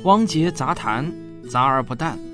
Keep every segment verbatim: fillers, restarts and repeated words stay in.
汪杰杂谈，杂而不淡。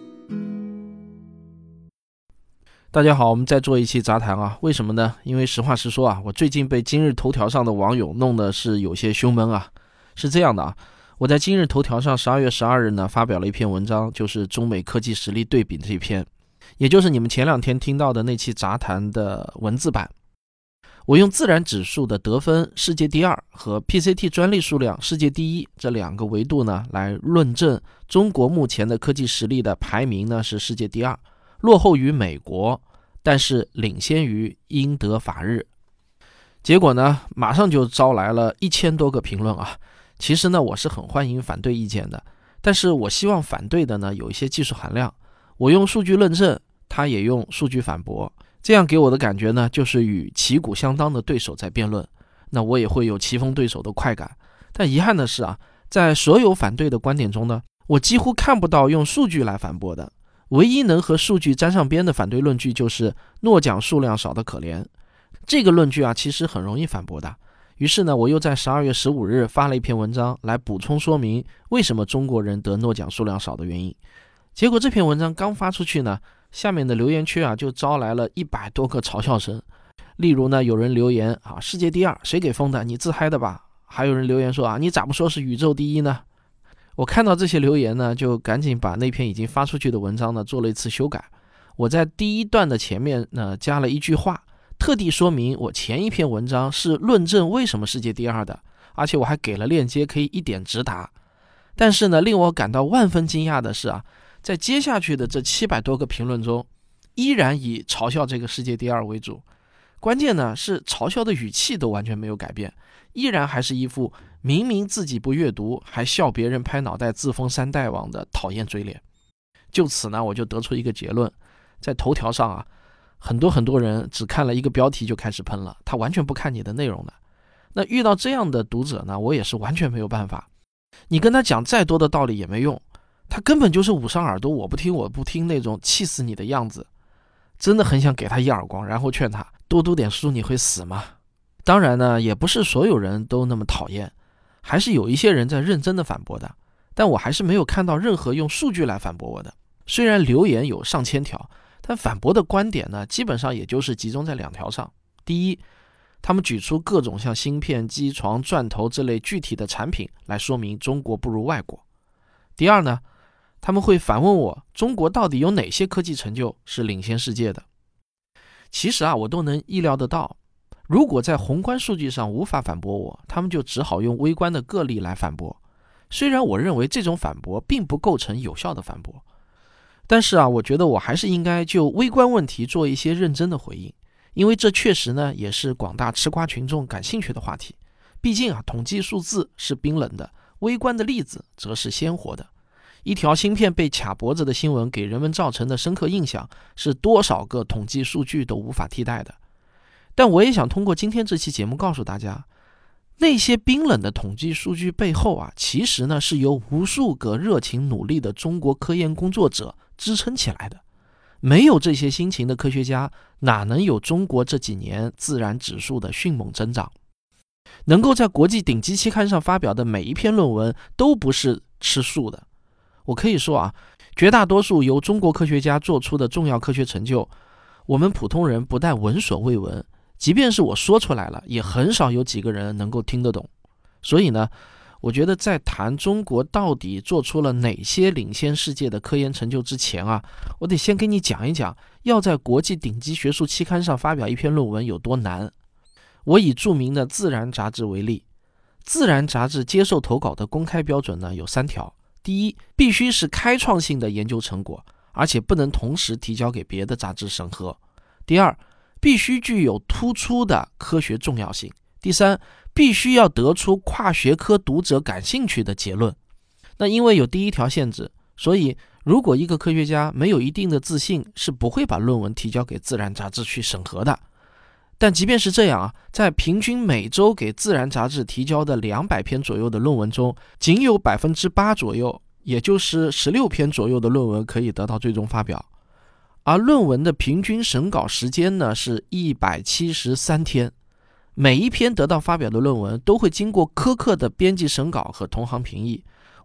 大家好，我们再做一期杂谈啊，为什么呢？因为实话实说啊，我最近被今日头条上的网友弄的是有些胸闷啊。是这样的啊，我在今日头条上十二月十二日呢发表了一篇文章，就是中美科技实力对比这一篇，也就是你们前两天听到的那期杂谈的文字版。我用自然指数的得分世界第二和 P C T 专利数量世界第一这两个维度呢，来论证中国目前的科技实力的排名呢是世界第二，落后于美国，但是领先于英德法日。结果呢，马上就招来了一千多个评论啊。其实呢，我是很欢迎反对意见的，但是我希望反对的呢有一些技术含量。我用数据论证，他也用数据反驳。这样给我的感觉呢，就是与旗鼓相当的对手在辩论，那我也会有棋逢对手的快感。但遗憾的是啊，在所有反对的观点中呢，我几乎看不到用数据来反驳的。唯一能和数据沾上边的反对论据就是诺奖数量少得可怜。这个论据啊，其实很容易反驳的。于是呢，我又在十二月十五日发了一篇文章来补充说明为什么中国人得诺奖数量少的原因。结果这篇文章刚发出去呢，下面的留言区啊就招来了一百多个嘲笑声。例如呢，有人留言啊，世界第二谁给封的？你自嗨的吧？还有人留言说啊，你咋不说是宇宙第一呢？我看到这些留言呢，就赶紧把那篇已经发出去的文章呢做了一次修改。我在第一段的前面呢加了一句话，特地说明我前一篇文章是论证为什么世界第二的，而且我还给了链接可以一点直达。但是呢，令我感到万分惊讶的是啊，在接下去的这七百多个评论中，依然以嘲笑这个世界第二为主。关键呢是嘲笑的语气都完全没有改变，依然还是一副明明自己不阅读还笑别人拍脑袋自封三代王的讨厌嘴脸。就此呢，我就得出一个结论，在头条上啊，很多很多人只看了一个标题就开始喷了，他完全不看你的内容的。那遇到这样的读者呢，我也是完全没有办法。你跟他讲再多的道理也没用，他根本就是捂上耳朵我不听我不听那种气死你的样子。真的很想给他一耳光，然后劝他多读点书，你会死吗？当然呢，也不是所有人都那么讨厌，还是有一些人在认真的反驳的，但我还是没有看到任何用数据来反驳我的。虽然留言有上千条，但反驳的观点呢，基本上也就是集中在两条上。第一，他们举出各种像芯片、机床、钻头这类具体的产品来说明中国不如外国。第二呢，他们会反问我，中国到底有哪些科技成就是领先世界的？其实啊，我都能意料得到，如果在宏观数据上无法反驳我，他们就只好用微观的个例来反驳。虽然我认为这种反驳并不构成有效的反驳，但是啊，我觉得我还是应该就微观问题做一些认真的回应，因为这确实呢也是广大吃瓜群众感兴趣的话题。毕竟啊，统计数字是冰冷的，微观的例子则是鲜活的。一条芯片被卡脖子的新闻给人们造成的深刻印象，是多少个统计数据都无法替代的。但我也想通过今天这期节目告诉大家，那些冰冷的统计数据背后啊，其实呢是由无数个热情努力的中国科研工作者支撑起来的。没有这些辛勤的科学家，哪能有中国这几年自然指数的迅猛增长？能够在国际顶级期刊上发表的每一篇论文都不是吃素的。我可以说啊，绝大多数由中国科学家做出的重要科学成就，我们普通人不但闻所未闻，即便是我说出来了，也很少有几个人能够听得懂。所以呢，我觉得在谈中国到底做出了哪些领先世界的科研成就之前啊，我得先给你讲一讲，要在国际顶级学术期刊上发表一篇论文有多难。我以著名的《自然》杂志为例，《自然》杂志接受投稿的公开标准呢有三条。第一，必须是开创性的研究成果，而且不能同时提交给别的杂志审核。第二，必须具有突出的科学重要性。第三，必须要得出跨学科读者感兴趣的结论。那因为有第一条限制，所以如果一个科学家没有一定的自信，是不会把论文提交给《自然》杂志去审核的。但即便是这样啊，在平均每周给《自然》杂志提交的两百篇左右的论文中，仅有 百分之八 左右，也就是十六篇左右的论文可以得到最终发表。而论文的平均审稿时间呢是一百七十三天，每一篇得到发表的论文都会经过苛刻的编辑审稿和同行评议。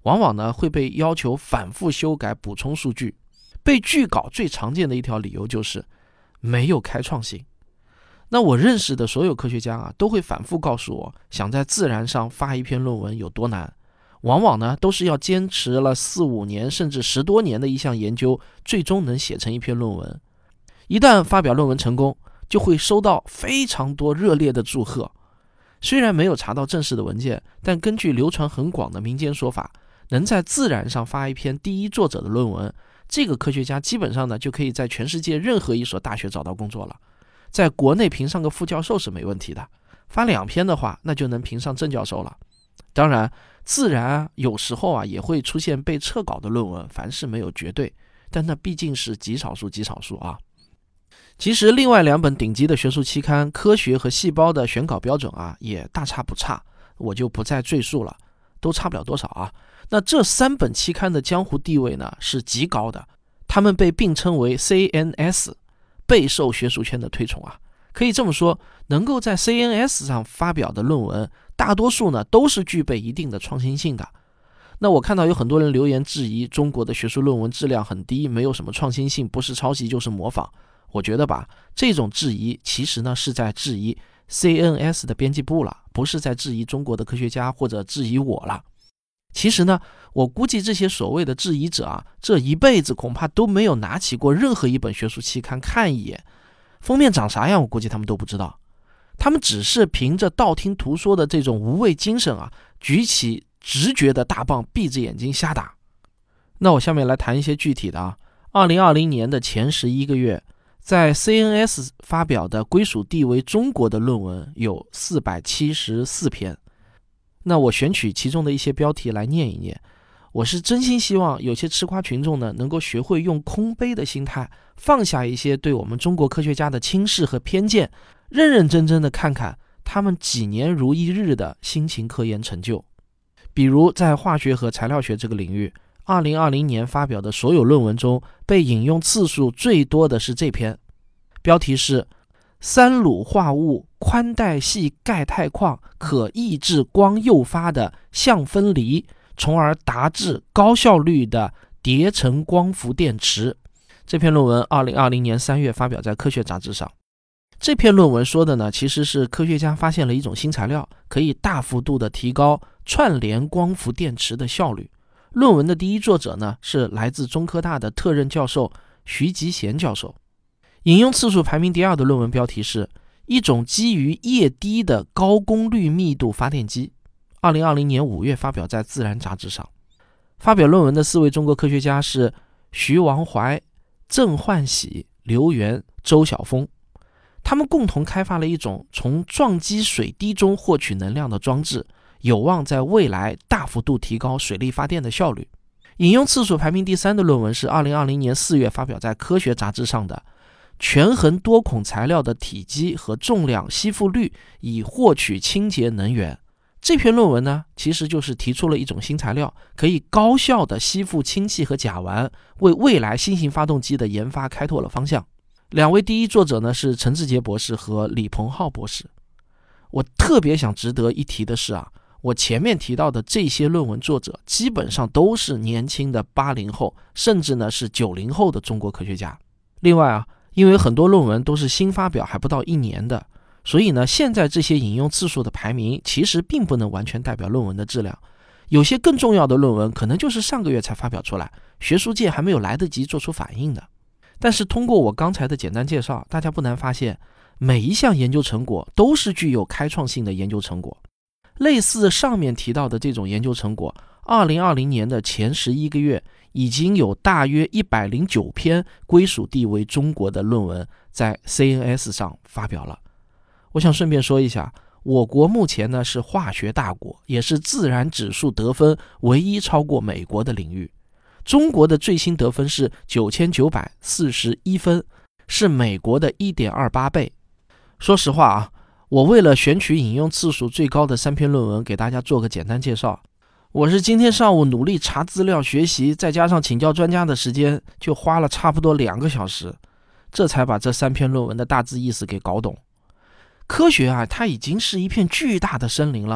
往往呢会被要求反复修改补充数据。被拒稿最常见的一条理由就是没有开创性。那我认识的所有科学家啊，都会反复告诉我，想在自然上发一篇论文有多难，往往呢都是要坚持了四五年甚至十多年的一项研究，最终能写成一篇论文。一旦发表论文成功，就会收到非常多热烈的祝贺。虽然没有查到正式的文件，但根据流传很广的民间说法，能在自然上发一篇第一作者的论文，这个科学家基本上呢就可以在全世界任何一所大学找到工作了。在国内评上个副教授是没问题的，发两篇的话，那就能评上正教授了。当然，自然啊，有时候啊也会出现被撤稿的论文，凡事没有绝对，但那毕竟是极少数极少数啊。其实另外两本顶级的学术期刊《科学》和《细胞》的选稿标准啊，也大差不差，我就不再赘述了，都差不了多少啊。那这三本期刊的江湖地位呢是极高的，他们被并称为 C N S， 备受学术圈的推崇啊。可以这么说，能够在 C N S 上发表的论文，大多数呢都是具备一定的创新性的。那我看到有很多人留言质疑中国的学术论文质量很低，没有什么创新性，不是抄袭就是模仿。我觉得吧，这种质疑其实呢是在质疑 C N S 的编辑部了，不是在质疑中国的科学家或者质疑我了。其实呢，我估计这些所谓的质疑者啊，这一辈子恐怕都没有拿起过任何一本学术期刊看一眼，封面长啥样我估计他们都不知道。他们只是凭着道听途说的这种无畏精神啊，举起直觉的大棒，闭着眼睛瞎打。那我下面来谈一些具体的啊。二零二零年的前十一个月，在 C N S 发表的归属地为中国的论文有四百七十四篇。那我选取其中的一些标题来念一念。我是真心希望有些吃瓜群众呢，能够学会用空杯的心态，放下一些对我们中国科学家的轻视和偏见，认认真真的看看他们几年如一日的辛勤科研成就。比如在化学和材料学这个领域，二零二零年发表的所有论文中，被引用次数最多的是这篇，标题是三卤化物宽带系钙钛矿可抑制光诱发的相分离，从而达至高效率的叠层光伏电池。这篇论文二零二零年三月发表在科学杂志上。这篇论文说的呢，其实是科学家发现了一种新材料，可以大幅度的提高串联光伏电池的效率。论文的第一作者呢，是来自中科大的特任教授徐吉贤教授。引用次数排名第二的论文标题是一种基于液滴的高功率密度发电机，二零二零年五月发表在自然杂志上。发表论文的四位中国科学家是徐王怀、郑焕喜、刘源、周晓峰。他们共同开发了一种从撞击水滴中获取能量的装置，有望在未来大幅度提高水力发电的效率。引用次数排名第三的论文是二零二零年四月发表在科学杂志上的权衡多孔材料的体积和重量吸附率以获取清洁能源。这篇论文呢，其实就是提出了一种新材料，可以高效的吸附氢气和甲烷，为未来新型发动机的研发开拓了方向。两位第一作者呢是陈志杰博士和李鹏浩博士。我特别想值得一提的是啊，我前面提到的这些论文作者基本上都是年轻的八零后，甚至呢是九零后的中国科学家。另外啊，因为很多论文都是新发表还不到一年的，所以呢，现在这些引用次数的排名其实并不能完全代表论文的质量。有些更重要的论文可能就是上个月才发表出来，学术界还没有来得及做出反应的。但是通过我刚才的简单介绍，大家不难发现，每一项研究成果都是具有开创性的研究成果。类似上面提到的这种研究成果，二零二零年的前十一个月已经有大约一百零九篇归属地为中国的论文在 C N S 上发表了。我想顺便说一下，我国目前呢是化学大国，也是自然指数得分唯一超过美国的领域。中国的最新得分是九千九百四十一分，是美国的 一点二八 倍。说实话啊，我为了选取引用次数最高的三篇论文给大家做个简单介绍，我是今天上午努力查资料学习，再加上请教专家的时间，就花了差不多两个小时，这才把这三篇论文的大致意思给搞懂。科学啊，它已经是一片巨大的森林了，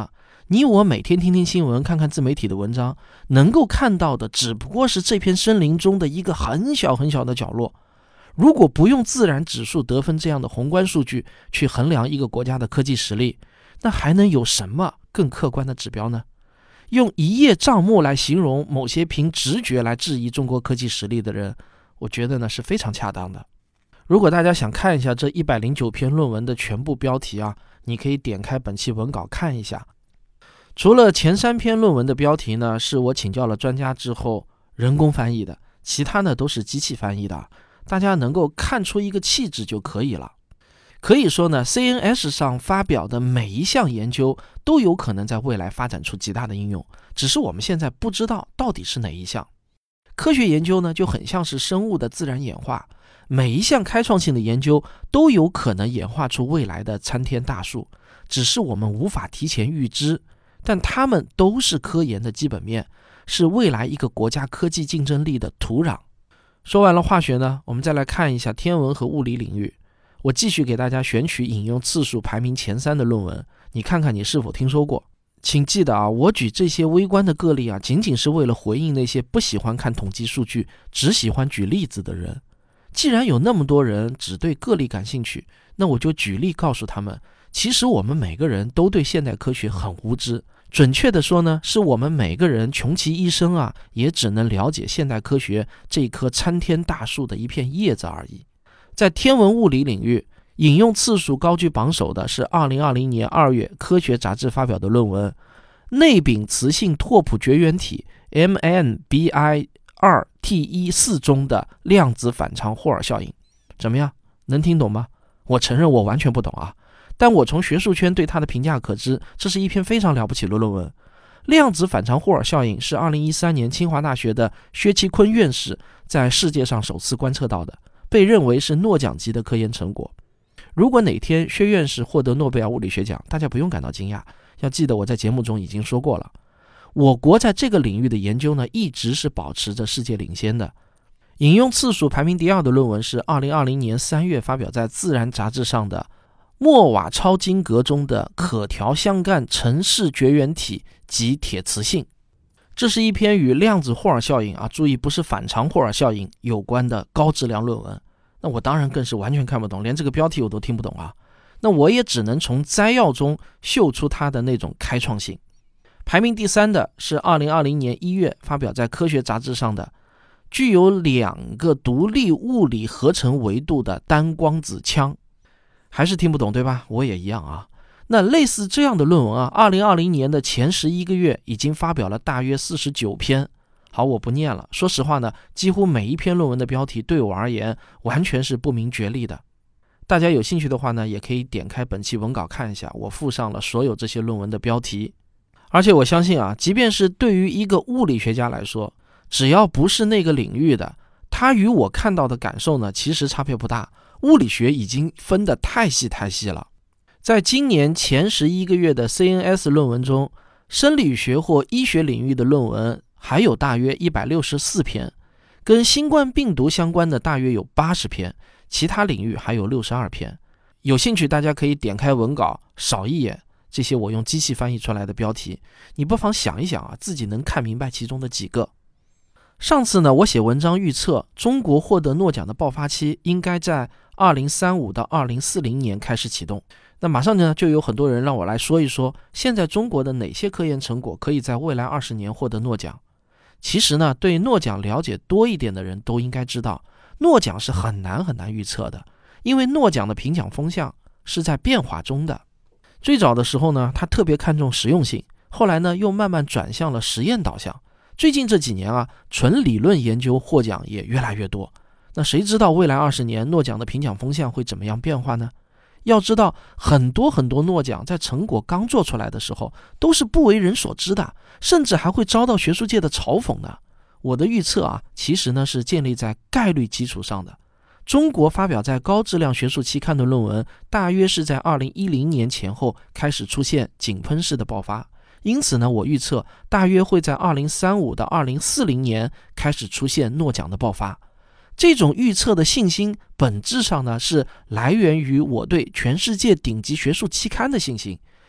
你我每天听听新闻，看看自媒体的文章，能够看到的只不过是这片森林中的一个很小很小的角落。如果不用自然指数得分这样的宏观数据去衡量一个国家的科技实力，那还能有什么更客观的指标呢？用一叶障目来形容某些凭直觉来质疑中国科技实力的人，我觉得呢是非常恰当的。如果大家想看一下这一百零九篇论文的全部标题啊，你可以点开本期文稿看一下。除了前三篇论文的标题呢，是我请教了专家之后人工翻译的，其他呢都是机器翻译的，大家能够看出一个气质就可以了。可以说呢 C N S 上发表的每一项研究都有可能在未来发展出极大的应用，只是我们现在不知道到底是哪一项。科学研究呢就很像是生物的自然演化，每一项开创性的研究都有可能演化出未来的参天大树，只是我们无法提前预知，但它们都是科研的基本面，是未来一个国家科技竞争力的土壤。说完了化学呢，我们再来看一下天文和物理领域。我继续给大家选取引用次数排名前三的论文，你看看你是否听说过。请记得啊，我举这些微观的个例啊，仅仅是为了回应那些不喜欢看统计数据，只喜欢举例子的人。既然有那么多人只对个例感兴趣，那我就举例告诉他们，其实我们每个人都对现代科学很无知。准确的说呢，是我们每个人穷其一生啊，也只能了解现代科学这棵参天大树的一片叶子而已。在天文物理领域，引用次数高居榜首的是二零二零年二月科学杂志发表的论文，内丙磁性拓扑绝缘体 M N B I 二 T 一四 中的量子反常霍尔效应。怎么样，能听懂吗？我承认我完全不懂啊，但我从学术圈对它的评价可知，这是一篇非常了不起的论文。量子反常霍尔效应是二零一三年清华大学的薛其坤院士在世界上首次观测到的，被认为是诺奖级的科研成果。如果哪天薛院士获得诺贝尔物理学奖，大家不用感到惊讶，要记得我在节目中已经说过了，我国在这个领域的研究呢，一直是保持着世界领先的。引用次数排名第二的论文是二零二零年三月发表在《自然》杂志上的莫瓦超晶格中的可调相干程式绝缘体及铁磁性。这是一篇与量子霍尔效应啊，注意不是反常霍尔效应有关的高质量论文。那我当然更是完全看不懂，连这个标题我都听不懂啊。那我也只能从摘要中嗅出它的那种开创性。排名第三的是二零二零年一月发表在科学杂志上的具有两个独立物理合成维度的单光子腔。还是听不懂对吧？我也一样啊。那类似这样的论文啊，二零二零年的前十一个月已经发表了大约四十九篇。好，我不念了。说实话呢，几乎每一篇论文的标题对我而言完全是不明觉厉的。大家有兴趣的话呢，也可以点开本期文稿看一下，我附上了所有这些论文的标题。而且我相信啊，即便是对于一个物理学家来说，只要不是那个领域的，他与我看到的感受呢，其实差别不大。物理学已经分得太细太细了。在今年前十一个月的 C N S 论文中，生理学或医学领域的论文还有大约一百六十四篇，跟新冠病毒相关的大约有八十篇，其他领域还有六十二篇。有兴趣大家可以点开文稿扫一眼这些我用机器翻译出来的标题，你不妨想一想啊，自己能看明白其中的几个。上次呢，我写文章预测中国获得诺奖的爆发期应该在二零三五到二零四零年开始启动。那马上呢，就有很多人让我来说一说，现在中国的哪些科研成果可以在未来二十年获得诺奖。其实呢，对诺奖了解多一点的人都应该知道，诺奖是很难很难预测的，因为诺奖的评奖风向是在变化中的。最早的时候呢，他特别看重实用性，后来呢，又慢慢转向了实验导向。最近这几年啊，纯理论研究获奖也越来越多。那谁知道未来二十年诺奖的评奖风向会怎么样变化呢？要知道，很多很多诺奖在成果刚做出来的时候都是不为人所知的，甚至还会遭到学术界的嘲讽的。我的预测啊，其实呢是建立在概率基础上的。中国发表在高质量学术期刊的论文，大约是在二零一零年前后开始出现井喷式的爆发。因此呢，我预测大约会在二零三五到二零四零年开始出现诺奖的爆发。这种预测的信心本质上呢，是来源于我对全世界顶级学术期刊的信心，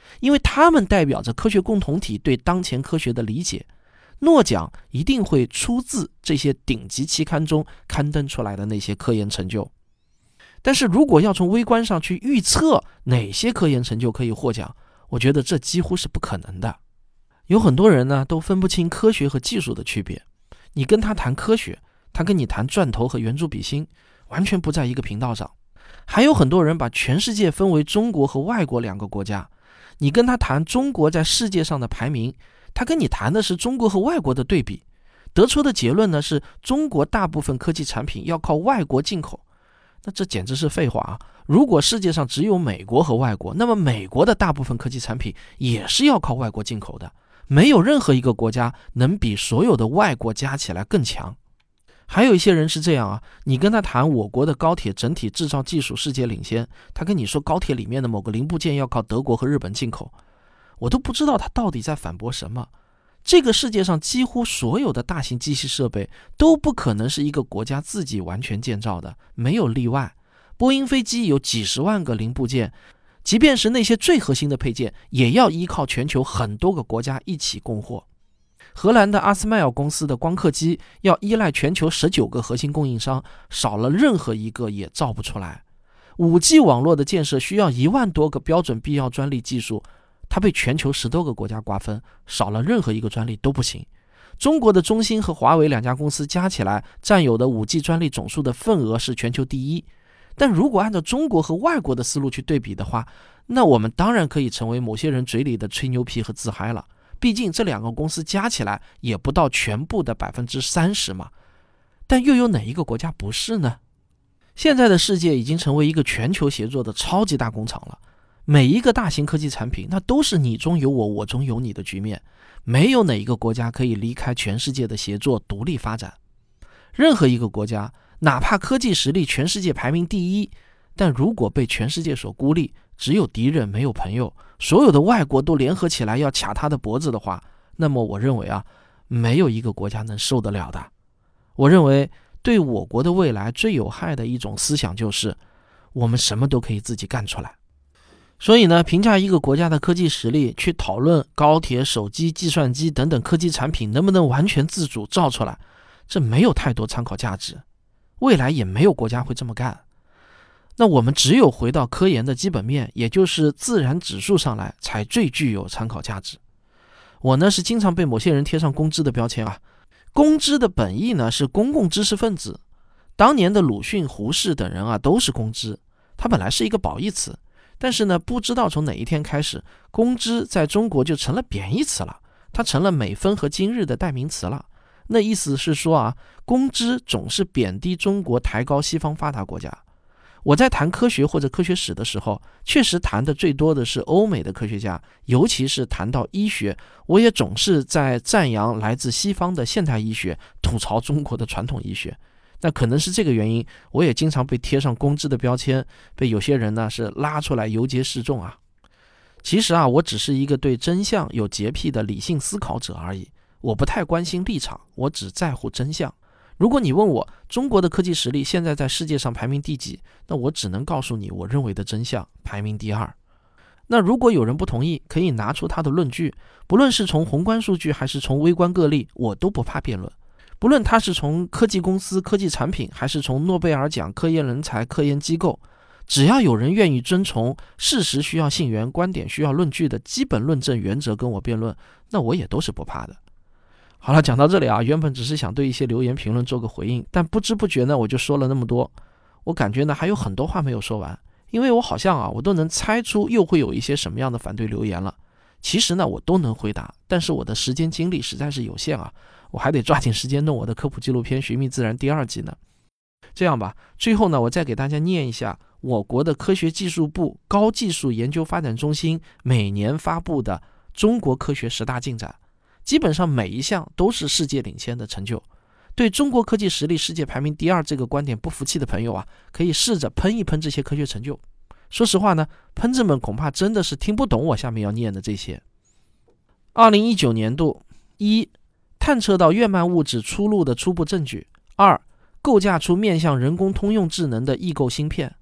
因为他们代表着科学共同体对当前科学的理解。诺奖一定会出自这些顶级期刊中刊登出来的那些科研成就。但是如果要从微观上去预测哪些科研成就可以获奖，我觉得这几乎是不可能的。有很多人呢都分不清科学和技术的区别，你跟他谈科学，他跟你谈钻头和圆珠笔芯，完全不在一个频道上。还有很多人把全世界分为中国和外国两个国家，你跟他谈中国在世界上的排名，他跟你谈的是中国和外国的对比，得出的结论呢是中国大部分科技产品要靠外国进口。那这简直是废话啊！如果世界上只有美国和外国，那么美国的大部分科技产品也是要靠外国进口的，没有任何一个国家能比所有的外国加起来更强。还有一些人是这样啊，你跟他谈我国的高铁整体制造技术世界领先，他跟你说高铁里面的某个零部件要靠德国和日本进口，我都不知道他到底在反驳什么。这个世界上几乎所有的大型机器设备都不可能是一个国家自己完全建造的，没有例外。波音飞机有几十万个零部件，即便是那些最核心的配件，也要依靠全球很多个国家一起供货。荷兰的阿斯麦尔公司的光刻机要依赖全球十九个核心供应商，少了任何一个也造不出来。五 G 网络的建设需要一万多个标准必要专利技术，它被全球十多个国家瓜分，少了任何一个专利都不行。中国的中兴和华为两家公司加起来占有的 五 G 专利总数的份额是全球第一。但如果按照中国和外国的思路去对比的话，那我们当然可以成为某些人嘴里的吹牛皮和自嗨了。毕竟这两个公司加起来也不到全部的 百分之三十 嘛。但又有哪一个国家不是呢？现在的世界已经成为一个全球协作的超级大工厂了。每一个大型科技产品，那都是你中有我，我中有你的局面，没有哪一个国家可以离开全世界的协作独立发展。任何一个国家，哪怕科技实力全世界排名第一，但如果被全世界所孤立，只有敌人没有朋友，所有的外国都联合起来要卡他的脖子的话，那么我认为啊，没有一个国家能受得了的。我认为对我国的未来最有害的一种思想就是，我们什么都可以自己干出来。所以呢，评价一个国家的科技实力，去讨论高铁、手机、计算机等等科技产品能不能完全自主造出来，这没有太多参考价值，未来也没有国家会这么干。那我们只有回到科研的基本面，也就是自然指数上来，才最具有参考价值。我呢是经常被某些人贴上公知的标签啊，公知的本意呢是公共知识分子。当年的鲁迅、胡适等人啊都是公知，它本来是一个褒义词，但是呢不知道从哪一天开始，公知在中国就成了贬义词了，它成了美分和今日的代名词了。那意思是说啊，公知总是贬低中国，抬高西方发达国家。我在谈科学或者科学史的时候，确实谈的最多的是欧美的科学家，尤其是谈到医学，我也总是在赞扬来自西方的现代医学，吐槽中国的传统医学。那可能是这个原因，我也经常被贴上公知的标签，被有些人呢是拉出来游街示众啊。其实啊，我只是一个对真相有洁癖的理性思考者而已，我不太关心立场，我只在乎真相。如果你问我中国的科技实力现在在世界上排名第几，那我只能告诉你我认为的真相，排名第二。那如果有人不同意，可以拿出他的论据，不论是从宏观数据还是从微观个例，我都不怕辩论。不论他是从科技公司、科技产品，还是从诺贝尔奖、科研人才、科研机构，只要有人愿意遵从事实需要信源、观点需要论据的基本论证原则跟我辩论，那我也都是不怕的。好了，讲到这里啊，原本只是想对一些留言评论做个回应，但不知不觉呢，我就说了那么多。我感觉呢，还有很多话没有说完，因为我好像啊，我都能猜出又会有一些什么样的反对留言了。其实呢，我都能回答，但是我的时间精力实在是有限啊，我还得抓紧时间弄我的科普纪录片《寻觅自然》第二季呢。这样吧，最后呢，我再给大家念一下我国的科学技术部高技术研究发展中心每年发布的中国科学十大进展。基本上每一项都是世界领先的成就。对中国科技实力世界排名第二这个观点不服气的朋友啊，可以试着喷一喷这些科学成就。说实话呢，喷子们恐怕真的是听不懂我下面要念的这些。二零一九年度，一、探测到月幔物质出路的初步证据；二、构架出面向人工通用智能的异构芯片；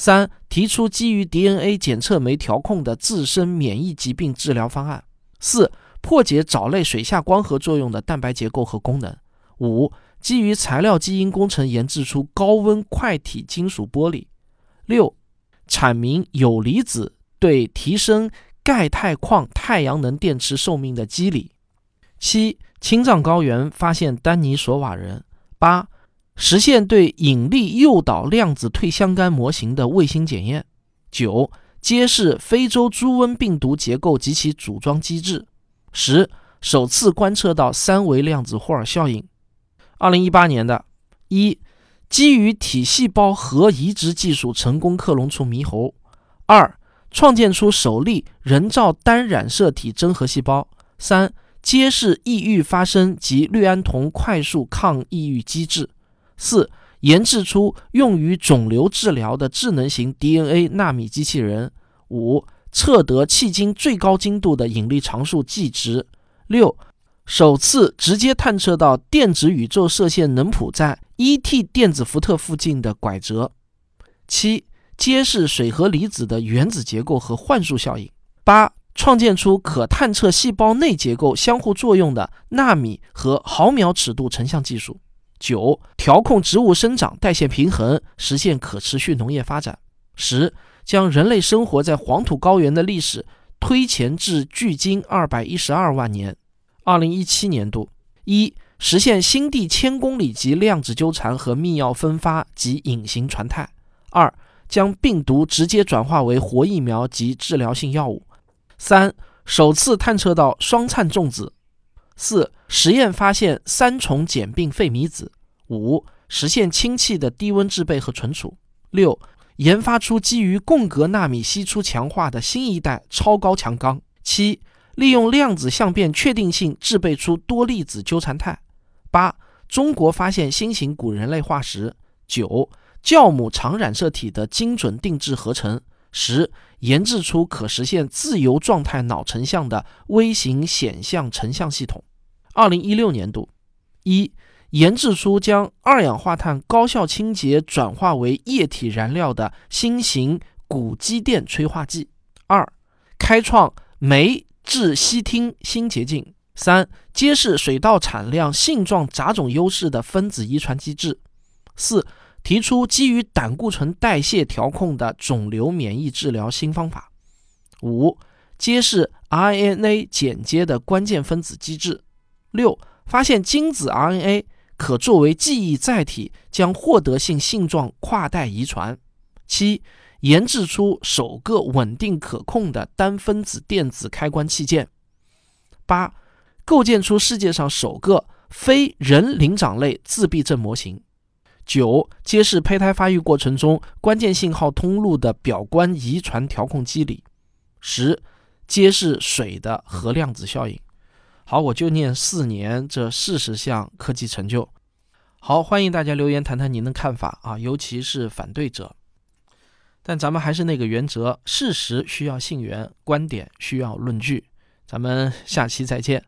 三、提出基于 D N A 检测酶调控的自身免疫疾病治疗方案。四、破解藻类水下光合作用的蛋白结构和功能。五、基于材料基因工程研制出高温块体金属玻璃。六、阐明铀离子对提升钙钛矿太阳能电池寿命的机理。七、青藏高原发现丹尼索瓦人。八、实现对引力诱导量子退相干模型的卫星检验。九、揭示非洲猪瘟病毒结构及其组装机制。十、首次观测到三维量子霍尔效应。二零一八年的一、基于体细胞核移植技术成功克隆出猕猴。二、创建出首例人造单染色体真核细胞。三、揭示抑郁发生及氯胺酮快速抗抑郁机制。四、研制出用于肿瘤治疗的智能型 D N A 纳米机器人。五、测得迄今最高精度的引力常数 G 值。六、首次直接探测到电子宇宙射线能谱在 E T 电子福特附近的拐折。七、揭示水合离子的原子结构和幻术效应。八、创建出可探测细胞内结构相互作用的纳米和毫秒尺度成像技术。九、调控植物生长代谢平衡，实现可持续农业发展。十、将人类生活在黄土高原的历史推前至距今二百一十二万年。二零一七年度。一、实现新地千公里级量子纠缠和密钥分发及隐形传态。二、将病毒直接转化为活疫苗及治疗性药物。三、首次探测到双灿重子。四、实验发现三重碱并废米子。五、实现氢气的低温制备和存储。六、研发出基于共隔纳米析出强化的新一代超高强钢。七、利用量子相变确定性制备出多粒子纠缠态。八、中国发现新型古人类化石。九、酵母长染色体的精准定制合成。十、研制出可实现自由状态脑成像的微型显像成像系统。二零一六年度。一、研制出将二氧化碳高效清洁转化为液体燃料的新型钴基电催化剂。二、开创酶至烯烃新捷径。三、揭示水稻产量性状杂种优势的分子遗传机制。四、提出基于胆固醇代谢调控的肿瘤免疫治疗新方法。五、揭示 R N A 剪接的关键分子机制。六、发现精子 R N A 可作为记忆载体，将获得性性状跨代遗传。七、研制出首个稳定可控的单分子电子开关器件。八、构建出世界上首个非人灵长类自闭症模型。九、揭示胚胎发育过程中关键信号通路的表观遗传调控机理。十、揭示水的核量子效应。好，我就念四年这四十项科技成就。好，欢迎大家留言谈谈您的看法啊，尤其是反对者。但咱们还是那个原则，事实需要信源，观点需要论据。咱们下期再见。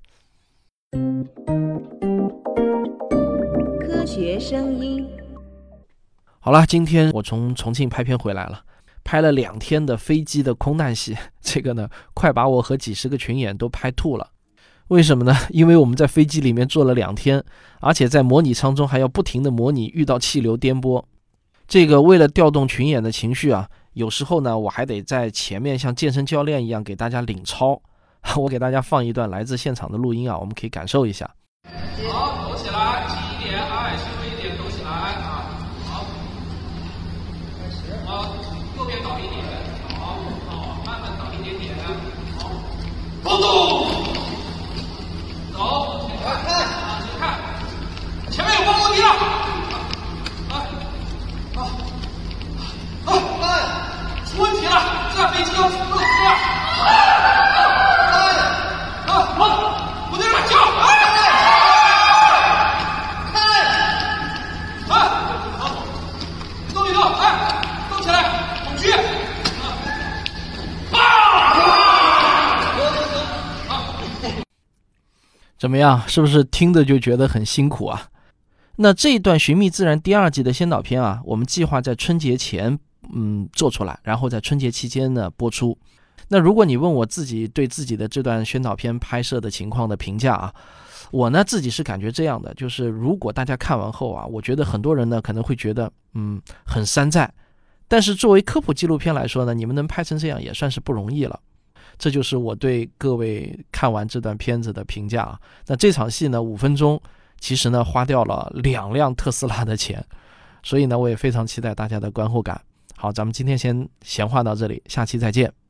科学声音。 好了，今天我从重庆拍片回来了，拍了两天的飞机的空难戏，这个呢，快把我和几十个群演都拍吐了。为什么呢？因为我们在飞机里面坐了两天，而且在模拟舱中还要不停的模拟遇到气流颠簸。这个为了调动群演的情绪啊，有时候呢，我还得在前面像健身教练一样给大家领操。我给大家放一段来自现场的录音啊，我们可以感受一下。 好，抖起来，轻一点，哎，轻微一点，抖起来啊。好，开始。好，右边倒一点，好，好，慢慢倒一点点，好，动动。走，前看，啊，前看，前面有光落地了，啊，好，好，哎，出问题了，这架飞机要出问题了，哎，啊，好，我在这叫，哎，哎，好，动一动，哎，动起来，恐惧， 怎么样？是不是听着就觉得很辛苦啊？那这一段《寻觅自然》第二季的先导片啊，我们计划在春节前嗯做出来，然后在春节期间呢播出。那如果你问我自己对自己的这段宣导片拍摄的情况的评价啊，我呢自己是感觉这样的，就是如果大家看完后啊，我觉得很多人呢可能会觉得嗯很山寨，但是作为科普纪录片来说呢，你们能拍成这样也算是不容易了。这就是我对各位看完这段片子的评价啊。那这场戏呢五分钟，其实呢花掉了两辆特斯拉的钱，所以呢我也非常期待大家的观后感。好，咱们今天先闲话到这里，下期再见。